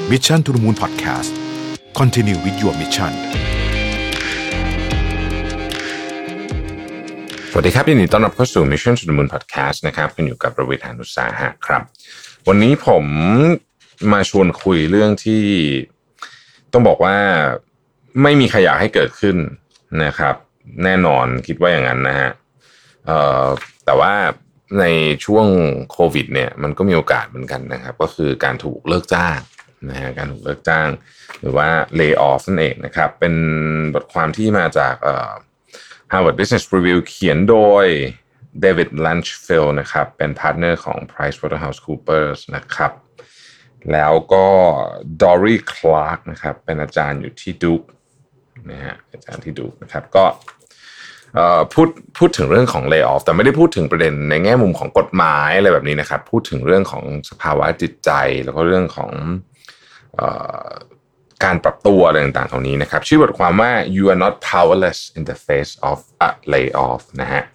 Mission to the Moon Podcast Continue with your mission สวัสดีครับยินดีต้อนรับเข้าสู่ Mission to the Moon Podcast นะครับคุณอยู่กับประวิตร หาญอุตสาหะครับวันนี้ผมมาชวนคุยเรื่องที่ต้องบอกว่าไม่มีใครอยากให้เกิดขึ้นนะครับแน่นอนคิดว่าอย่างนั้นนะฮะแต่ว่าในช่วงโควิดเนี่ยมันก็มีโอกาสเหมือนกันนะครับก็คือการถูกเลิกจ้างนะฮะการถูกเลิกจ้างหรือว่า lay off นั่นเองนะครับเป็นบทความที่มาจากHarvard Business Review เขียนโดย David Lanchfield นะครับเป็นพาร์ทเนอร์ของ PricewaterhouseCoopers นะครับแล้วก็ Dory Clark นะครับเป็นอาจารย์อยู่ที่ Duke นะฮะอาจารย์ที่ Duke นะครับก็พูดถึงเรื่องของ layoff แต่ไม่ได้พูดถึงประเด็นในแง่มุมของกฎหมายอะไรแบบนี้นะครับพูดถึงเรื่องของสภาวะจิตใจแล้วก็เรื่องของการปรับตัวอะไรต่างๆตรงนี้นะครับชื่อบทความว่า You are not powerless in the face of a layoff นะฮะ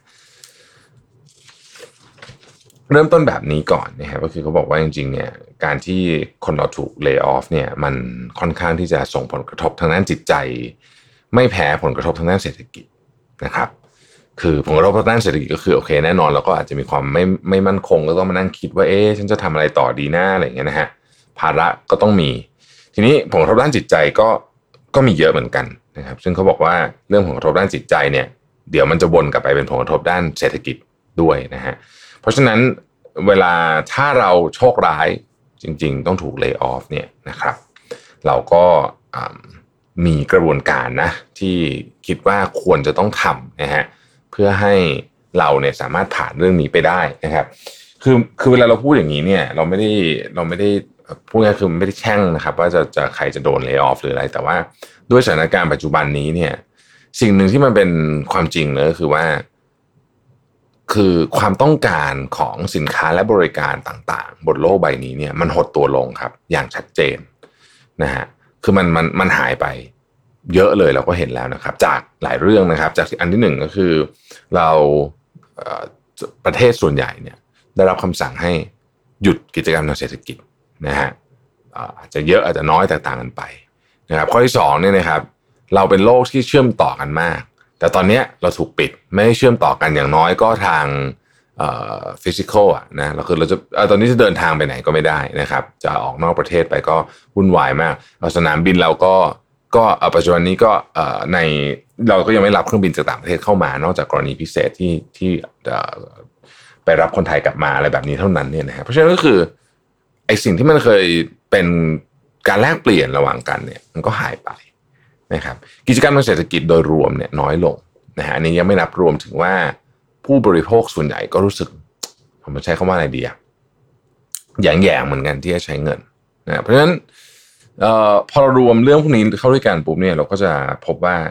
เริ่มต้นแบบนี้ก่อนนะครับก็คือเขาบอกว่าจริงๆเนี่ยการที่คนเราถูก lay off เนี่ยมันค่อนข้างที่จะส่งผลกระทบทางด้านจิตใจไม่แพ้ผลกระทบทางด้านเศรษฐกิจนะครับคือผลกระทบทางด้านเศรษฐกิจก็คือโอเคแน่นอนเราก็อาจจะมีความไม่มั่นคงแล้วต้องมานั่งคิดว่าฉันจะทำอะไรต่อดีนะอะไรอย่างเงี้ยนะฮะภาระก็ต้องมีทีนี้ผลกระทบด้านจิตใจก็มีเยอะเหมือนกันนะครับซึ่งเขาบอกว่าเรื่องผลกระทบด้านจิตใจเนี่ยเดี๋ยวมันจะวนกลับไปเป็นผลกระทบด้านเศรษฐกิจด้วยนะฮะเพราะฉะนั้นเวลาถ้าเราโชคร้ายจริงๆต้องถูก lay off เนี่ยนะครับเราก็มีกระบวนการนะที่คิดว่าควรจะต้องทำนะฮะเพื่อให้เราเนี่ยสามารถผ่านเรื่องนี้ไปได้นะครับคือเวลาเราพูดอย่างนี้เนี่ยเราไม่ได้พูดง่ายคือไม่ได้แช่งนะครับว่าจะใครจะโดน lay off หรืออะไรแต่ว่าด้วยสถานการณ์ปัจจุบันนี้เนี่ยสิ่งหนึ่งที่มันเป็นความจริงเลยก็คือว่าคือความต้องการของสินค้าและบริการต่างๆบนโลกใบนี้เนี่ยมันหดตัวลงครับอย่างชัดเจนนะฮะคือมันหายไปเยอะเลยเราก็เห็นแล้วนะครับจากหลายเรื่องนะครับจากอันที่หนึ่งก็คือเราประเทศส่วนใหญ่เนี่ยได้รับคำสั่งให้หยุดกิจกรรมทางเศรษฐกิจนะฮะอาจจะเยอะอาจจะน้อยแตกต่างกันไปนะครับข้อที่สองเนี่ยนะครับเราเป็นโลกที่เชื่อมต่อกันมากแต่ตอนนี้เราถูกปิดไม่ให้เชื่อมต่อกันอย่างน้อยก็ทางฟิสิกอลนะเราจะตอนนี้จะเดินทางไปไหนก็ไม่ได้นะครับจะออกนอกประเทศไปก็วุ่นวายมากสนามบินเราก็ปัจจุบันนี้ก็เราก็ยังไม่รับเครื่องบินจากต่างประเทศเข้ามานอกจากกรณีพิเศษที่ไปรับคนไทยกลับมาอะไรแบบนี้เท่านั้นเนี่ยนะฮะเพราะฉะนั้นก็คือไอ้สิ่งที่มันเคยเป็นการแลกเปลี่ยนระหว่างกันเนี่ยมันก็หายไปนะครับกิจกรรมทางเศรษฐกิจโดยรวมเนี่ยน้อยลงนะฮะอันนี้ยังไม่นับรวมถึงว่าผู้บริโภคส่วนใหญ่ก็รู้สึกผมจะใช้คำว่าอะไรดีอะแยงเหมือนกันที่จะใช้เงินนะเพราะฉะนั้นพอเรารวมเรื่องพวกนี้เข้าด้วยกันปุ๊บเนี่ยเราก็จะพบว่า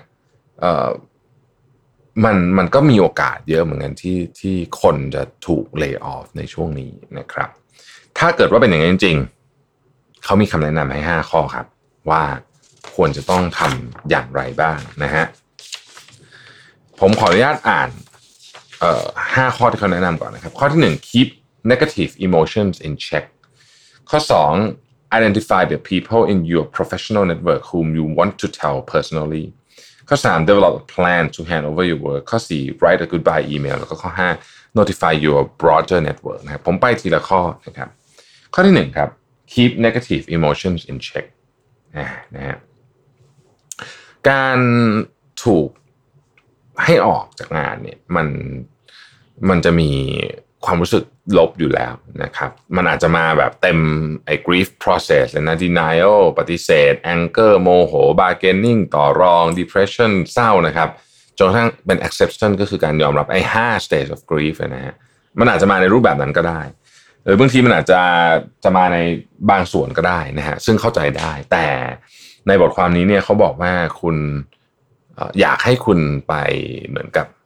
มันก็มีโอกาสเยอะเหมือนกันที่คนจะถูก lay off ในช่วงนี้นะครับถ้าเกิดว่าเป็นอย่างนั้นจริงๆเขามีคำแนะนำให้5ข้อครับว่าควรจะต้องทำอย่างไรบ้างนะฮะผมขออนุญาตอ่าน5ข้อที่เขาแนะนำก่อนนะครับข้อที่1 keep negative emotions in check ข้อ2 identify the people in your professional network whom you want to tell personally ข้อ3 develop a plan to hand over your work ข้อ4 write a goodbye email แล้วก็ข้อ5 notify your broader network นะครับผมไปทีละข้อนะครับข้อที่1ครับ keep negative emotions in check นะฮะการถูกให้ออกจากงานเนี่ยมันจะมีความรู้สึกลบอยู่แล้วนะครับมันอาจจะมาแบบเต็มไอ้ grief process เลยนะ denial ปฏิเสธ anger โมโห bargaining ต่อรอง depression เศร้านะครับจนกระทั่งเป็น acceptance ก็คือการยอมรับไอ้5 stage of grief นะฮะมันอาจจะมาในรูปแบบนั้นก็ได้หรือบางทีมันอาจจะมาในบางส่วนก็ได้นะฮะซึ่งเข้าใจได้แต่ในบทความนี้เนี่ยเขาบอกว่าคุณอยากให้คุณไปเหมือนกับ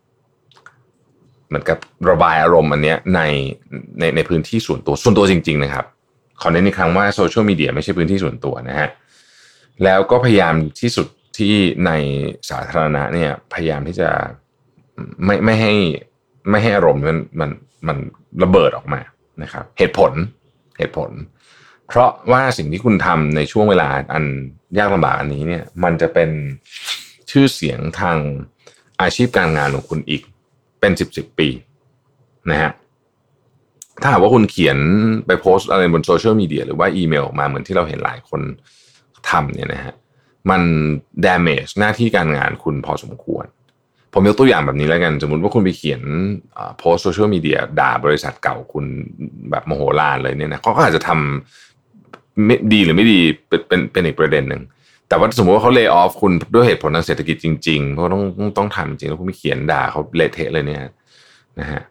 ระบายอารมณ์อันเนี้ยในพื้นที่ส่วนตัวจริงๆนะครับขอเน้นอีกครั้งว่าโซเชียลมีเดียไม่ใช่พื้นที่ส่วนตัวนะฮะแล้วก็พยายามที่สุดที่ในสาธารณะเนี่ยพยายามที่จะไม่ให้อารมณ์มันระเบิดออกมานะครับเหตุผลเพราะว่าสิ่งที่คุณทำในช่วงเวลาอันยากลำบากอันนี้เนี่ยมันจะเป็นชื่อเสียงทางอาชีพการงานของคุณอีกเป็น10 ปีนะฮะถ้าหากว่าคุณเขียนไปโพสต์อะไรบนโซเชียลมีเดียหรือว่าอีเมลออกมาเหมือนที่เราเห็นหลายคนทำเนี่ยนะฮะมัน damage หน้าที่การงานคุณพอสมควรผมยกตัวอย่างแบบนี้แล้วกันสมมติว่าคุณไปเขียนโพสต์โซเชียลมีเดียด่าบริษัทเก่าคุณแบบโมโหฬารเลยเนี่ยนะเขาก็อาจจะทำไม่ดีหรือไม่ดีเป็นอีกประเด็นหนึ่งแต่ว่าสมมติว่าเขาเลย์ออฟคุณด้วยเหตุผลทางเศรษฐกิจจริงๆเพราะต้องทำจริงแล้วคุณไปเขียนด่าเขาเละเทะเลยเนี่ยนะฮะ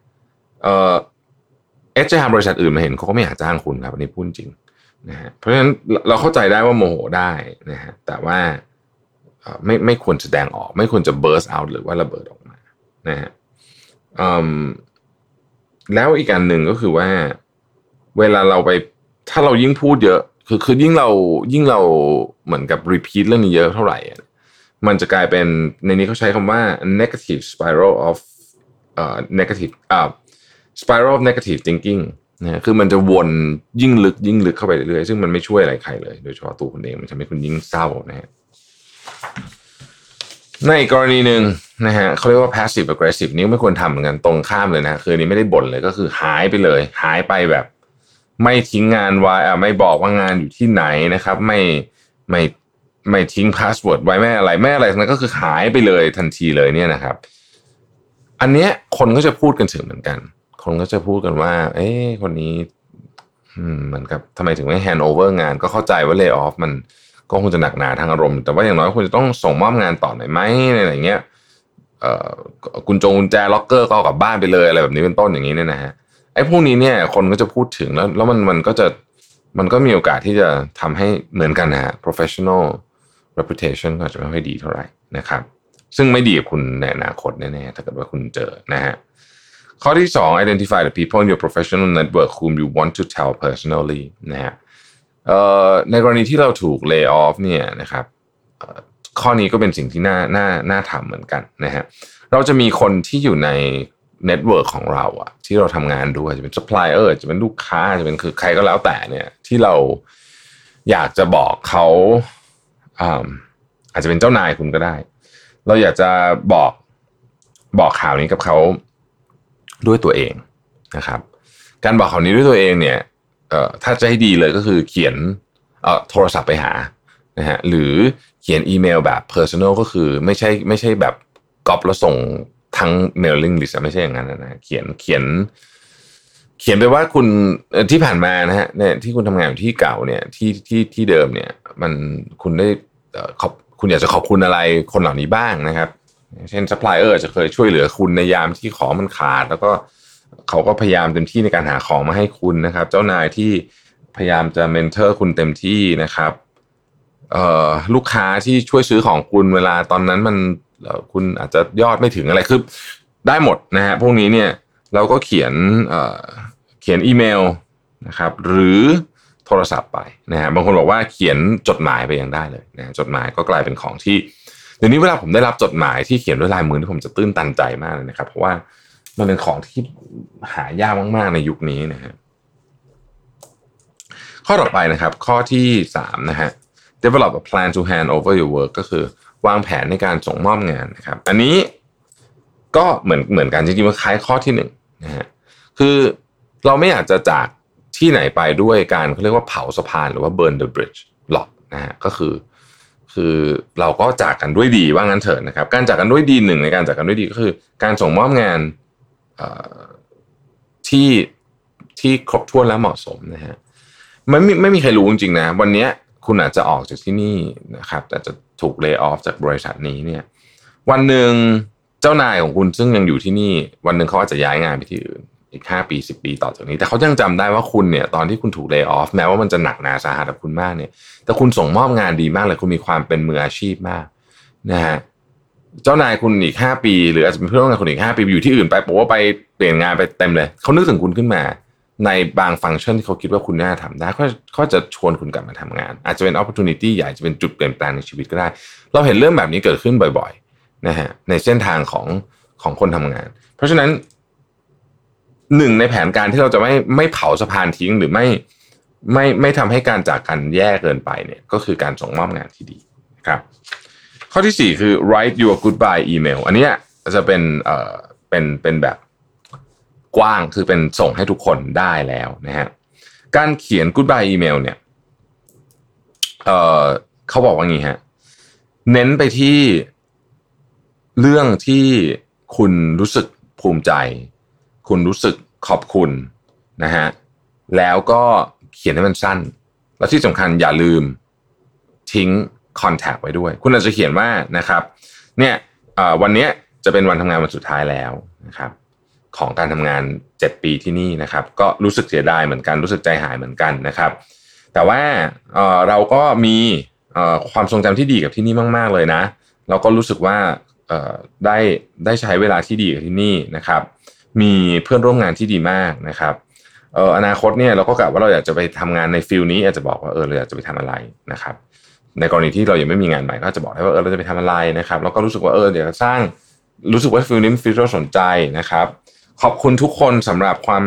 จะหาบริษัทอื่นมาเห็นเขาก็ไม่อยากจ้างคุณครับอันนี้พูดจริงนะฮะเพราะฉะนั้นเราเข้าใจได้ว่าโมโหได้นะฮะแต่ว่าไม่ควรแสดงออกไม่ควรจะ burst out หรือว่าระเบิดออกมานะฮะแล้วอีกอันหนึ่งก็คือว่าเวลาเราไปถ้าเรายิ่งพูดเยอะคือยิ่งเราเหมือนกับ repeat เรื่องนี้เยอะเท่าไหร่มันจะกลายเป็นในนี้เขาใช้คำว่า negative spiral of negative spiral of negative thinking นะคือมันจะวนยิ่งลึกเข้าไปเรื่อยๆซึ่งมันไม่ช่วยอะไรใครเลยโดยเฉพาะตัวคุณเองมันทำให้คุณยิ่งเศร้านะฮะในกรณีหนึ่งนะฮะเขาเรียกว่า passive aggressive นี่ไม่ควรทำเหมือนกันตรงข้ามเลยนะคืออันนี้ไม่ได้บ่นเลยก็คือหายไปเลยหายไปแบบไม่ทิ้งงานไว้ไม่บอกว่างานอยู่ที่ไหนนะครับไม่ทิ้งพาสเวิร์ดไว้ไม่อะไรนั้นก็คือหายไปเลยทันทีเลยเนี่ยนะครับอันเนี้ยคนก็จะพูดกันถึงเหมือนกันคนก็จะพูดกันว่าคนนี้เหมือนกับทำไมถึงไม่แฮนด์โอเวอร์งานก็เข้าใจว่าเลย์ออฟมันก็คงจะหนักหนาทางอารมณ์แต่ว่าอย่างน้อยคุณจะต้องส่งมอบงานต่อหน่อยไหมอะไรอย่างเงี้ยกุญแจล็อกเกอร์ก็เอากลับบ้านไปเลยอะไรแบบนี้เป็นต้นอย่างนี้เนี่ยนะฮะไอ้พวกนี้เนี่ยคนก็จะพูดถึงแล้วมันก็มีโอกาสที่จะทำให้เหมือนกันนะฮะ professional reputation ก็จะไม่ค่อยดีเท่าไหร่นะครับซึ่งไม่ดีกับคุณในอนาคตแน่ๆถ้าเกิดว่าคุณเจอนะฮะข้อที่2 identify the people in your professional network whom you want to tell personally นะฮะในกรณีที่เราถูก lay off เนี่ยนะครับข้อนี้ก็เป็นสิ่งที่น่าทำเหมือนกันนะฮะเราจะมีคนที่อยู่ในเน็ตเวิร์กของเราอะที่เราทำงานด้วยจะเป็นซัพพลายเออร์จะเป็นลูกค้าจะเป็นคือใครก็แล้วแต่เนี่ยที่เราอยากจะบอกเขาอาจจะเป็นเจ้านายคุณก็ได้เราอยากจะบอกข่าวนี้กับเขาด้วยตัวเองนะครับการบอกข่าวนี้ด้วยตัวเองเนี่ยถ้าจะให้ดีเลยก็คือเขียนโทรศัพท์ไปหานะฮะหรือเขียนอีเมลแบบ personal ก็คือไม่ใช่แบบก๊อปแล้วส่งทั้ง mailing list ไม่ใช่อย่างนั้นนะเขียนไปว่าคุณที่ผ่านมานะฮะเนี่ยที่คุณทำงานอยู่ที่เก่าเนี่ยที่เดิมเนี่ยมันคุณได้คุณอยากจะขอบคุณอะไรคนเหล่านี้บ้างนะครับเช่นซัพพลายเออร์จะเคยช่วยเหลือคุณในยามที่ของมันขาดแล้วก็เขาก็พยายามเต็มที่ในการหาของมาให้คุณนะครับเจ้านายที่พยายามจะเมนเทอร์คุณเต็มที่นะครับลูกค้าที่ช่วยซื้อของคุณเวลาตอนนั้นมันคุณอาจจะยอดไม่ถึงอะไรคือได้หมดนะฮะพวกนี้เนี่ยเราก็เขียนอีเมลนะครับหรือโทรศัพท์ไปนะฮะบางคนบอกว่าเขียนจดหมายไปยังได้เลยนะจดหมายก็กลายเป็นของที่เดี๋ยวนี้เวลาผมได้รับจดหมายที่เขียนด้วยลายมือที่ผมจะตื้นตันใจมากเลยนะครับเพราะว่ามันเป็นของที่หายากมากๆในยุคนี้นะฮะข้อต่อไปนะครับข้อที่3นะฮะ develop a plan to hand over your work ก็คือวางแผนในการส่งมอบงานนะครับอันนี้ก็เหมือนกันจริงๆมันคล้ายข้อที่1นะฮะคือเราไม่อยากจะจากที่ไหนไปด้วยการเขาเรียกว่าเผาสะพานหรือว่า burn the bridge หรอกนะฮะก็คือเราก็จากกันด้วยดีว่างั้นเถอะนะครับการจากกันด้วยดีหนึ่งในการจากกันด้วยดีก็คือการส่งมอบงานที่ครบถ้วนและเหมาะสมนะฮะไม่มีใครรู้จริงๆนะวันนี้คุณอาจจะออกจากที่นี่นะครับแต่จะถูกเลย์ออฟจากบริษัทนี้เนี่ยวันหนึ่งเจ้านายของคุณซึ่งยังอยู่ที่นี่วันหนึ่งเขาอาจจะย้ายงานไปที่อื่นอีก5 ปี10 ปีต่อจากนี้แต่เขายังจำได้ว่าคุณเนี่ยตอนที่คุณถูกเลย์ออฟแม้ว่ามันจะหนักหนาสาหัสกับคุณมากเนี่ยแต่คุณส่งมอบงานดีมากเลยคุณมีความเป็นมืออาชีพมากนะฮะเจ้านายคุณอีก5 ปีหรืออาจจะเป็นเพื่อนร่วมงานคุณอีก5 ปีอยู่ที่อื่นไปบอกว่าไปเปลี่ยนงานไปเต็มเลยเขานึกถึงคุณขึ้นมาในบางฟังก์ชันที่เขาคิดว่าคุณน่าทำได้เขาจะชวนคุณกลับมาทำงานอาจจะเป็น opportunity ใหญ่จะเป็นจุดเปลี่ยนแปลงในชีวิตก็ได้เราเห็นเรื่องแบบนี้เกิดขึ้นบ่อยๆนะฮะในเส้นทางของคนทำงานเพราะฉะนั้นหนึ่งในแผนการที่เราจะไม่เผาสะพานทิ้งหรือไม่ทำให้การจากกันแย่เกินไปเนี่ยก็คือการส่งมอบงานที่ดีครับข้อที่4คือ write your goodbye email อันนี้จะเป็นแบบกว้างคือเป็นส่งให้ทุกคนได้แล้วนะฮะการเขียน goodbye email เนี่ยเขาบอกว่างี้ฮะเน้นไปที่เรื่องที่คุณรู้สึกภูมิใจคุณรู้สึกขอบคุณนะฮะแล้วก็เขียนให้มันสั้นแล้วที่สำคัญอย่าลืมทิ้งคอนแทคไว้ด้วยคุณอาจจะเขียนว่านะครับเนี่ยวันนี้จะเป็นวันทำงานวันสุดท้ายแล้วนะครับของการทำงาน7ปีที่นี่นะครับก็รู้สึกเสียดายเหมือนกันรู้สึกใจหายเหมือนกันนะครับแต่ว่าเราก็มีความทรงจำที่ดีกับที่นี่มากๆเลยนะเราก็รู้สึกว่าได้ใช้เวลาที่ดีกับที่นี่นะครับมีเพื่อนร่วมงานที่ดีมากนะครับอนาคตเนี่ยเราก็กะว่าเราอยากจะไปทำงานในฟิลนี้อาจจะบอกว่าเราอยากจะไปทำอะไรนะครับในกรณีที่เรายังไม่มีงานใหม่ก็จะบอกได้ว่าเราจะไปทำอะไรนะครับแล้วก็รู้สึกว่าเดี๋ยวสร้างรู้สึกว่าฟิลนี้ฟิลเราสนใจนะครับขอบคุณทุกคนสำหรับความ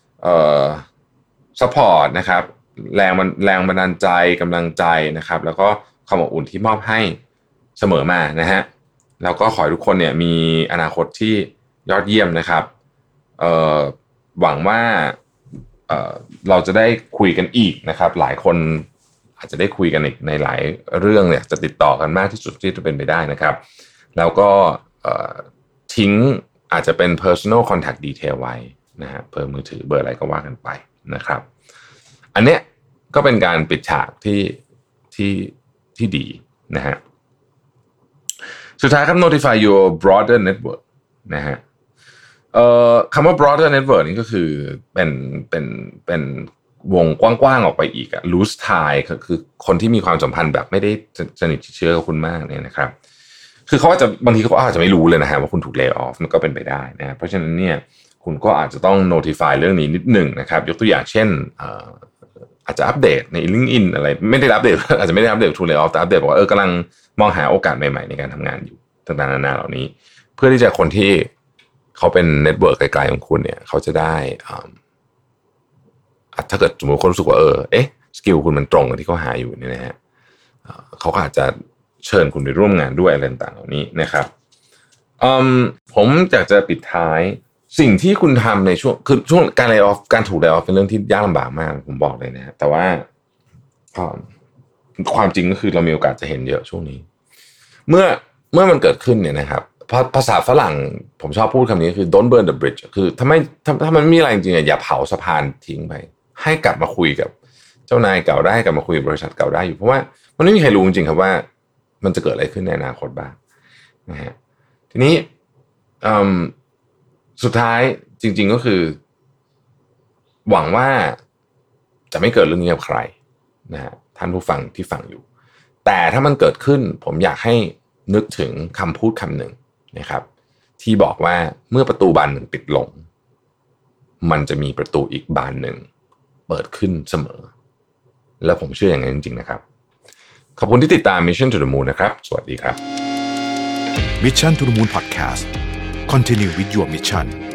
ซัพพอร์ตนะครับแรงบันดาลใจกำลังใจนะครับแล้วก็ความอบอุ่นที่มอบให้เสมอมานะฮะแล้วก็ขอให้ทุกคนเนี่ยมีอนาคตที่ยอดเยี่ยมนะครับหวังว่าเราจะได้คุยกันอีกนะครับหลายคนอาจจะได้คุยกันอีกในหลายเรื่องเนี่ยจะติดต่อกันมากที่สุดที่จะเป็นไปได้นะครับแล้วก็ทิ้งอาจจะเป็น personal contact detail ไว้นะฮะเบอร์มือถือเบอร์อะไรก็ว่ากันไปนะครับอันเนี้ยก็เป็นการปิดฉากที่ดีนะฮะสุดท้ายครับ notify your broader network นะฮะคำว่า broader network นี่ก็คือเป็นวงกว้างๆออกไปอีกloose tie คือคนที่มีความสัมพันธ์แบบไม่ได้สนิทเชื้อกับคุณมากเนี่ยนะครับคือเขาอาจจะบางทีเขาอาจจะไม่รู้เลยนะฮะว่าคุณถูก lay off มันก็เป็นไปได้นะเพราะฉะนั้นเนี่ยคุณก็อาจจะต้อง notify เรื่องนี้นิดหนึ่งนะครับยกตัวอย่างเช่นอาจจะอัปเดตใน LinkedIn อะไรไม่ได้อัปเดต อาจจะไม่ได้อัปเดตถูก lay off แต่อัปเดตบอกว่ากำลังมองหาโอกาสใหม่ๆในการทำงานอยู่ต่างๆนานาเหล่านี้เพื่อที่จะคนที่เขาเป็นเน็ตเวิร์กไกลๆของคุณเนี่ยเขาจะได้ถ้าเกิดสมมติคนรู้สึกว่าสกิลคุณมันตรงกับที่เขาหาอยู่เนี่ยนะฮะเขาก็อาจจะเชิญคุณไปร่วมงานด้วยอะไรต่างๆเหล่านี้นะครับผมอยากจะปิดท้ายสิ่งที่คุณทำในช่วงการ lay off การถูก lay off เป็นเรื่องที่ยากลำบากมากผมบอกเลยนะแต่ว่าความจริงก็คือเรามีโอกาสจะเห็นเยอะช่วงนี้เมื่อมันเกิดขึ้นเนี่ยนะครับภาษาฝรั่งผมชอบพูดคำนี้คือ don't burn the bridge คือถ้ามันไม่มีอะไรจริงๆอย่าเผาสะพานทิ้งไปให้กลับมาคุยกับเจ้านายเก่าได้กลับมาคุยกับบริษัทเก่าได้อยู่เพราะว่ามันไม่มีใครรู้จริงๆครับว่ามันจะเกิดอะไรขึ้นในอนาคตบ้างนะฮะทีนี้สุดท้ายจริงๆก็คือหวังว่าจะไม่เกิดเรื่องนี้กับใครนะฮะท่านผู้ฟังที่ฟังอยู่แต่ถ้ามันเกิดขึ้นผมอยากให้นึกถึงคำพูดคำหนึ่งนะครับที่บอกว่าเมื่อประตูบานหนึ่งปิดลงมันจะมีประตูอีกบานหนึ่งเปิดขึ้นเสมอและผมเชื่ออย่างนั้นจริงๆนะครับขอบคุณที่ติดตาม Mission to the Moon นะครับสวัสดีครับ Mission to the Moon Podcast Continue with your mission